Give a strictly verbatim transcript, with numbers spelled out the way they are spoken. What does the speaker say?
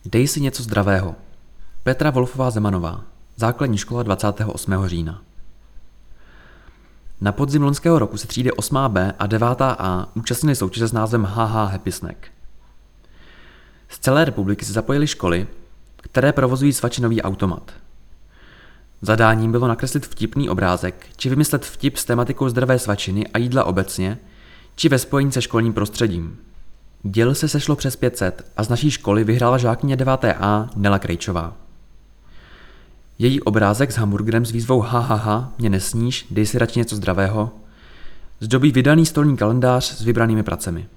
Dej si něco zdravého. Petra Wolfová Zemanová, základní škola dvacátého osmého října. Na podzim loňského roku se třídy osmá bé a devátá á účastnily soutěže s názvem H H Happy Snack. Z celé republiky se zapojily školy, které provozují svačinový automat. Zadáním bylo nakreslit vtipný obrázek, či vymyslet vtip s tematikou zdravé svačiny a jídla obecně, či ve spojení se školním prostředím. Děl se sešlo přes pět set a z naší školy vyhrála žákyně deváté á Nela Krejčová. Její obrázek s hamburgerem s výzvou ha ha ha, mě nesníš, dej si radši něco zdravého, zdobí vydaný stolní kalendář s vybranými pracemi.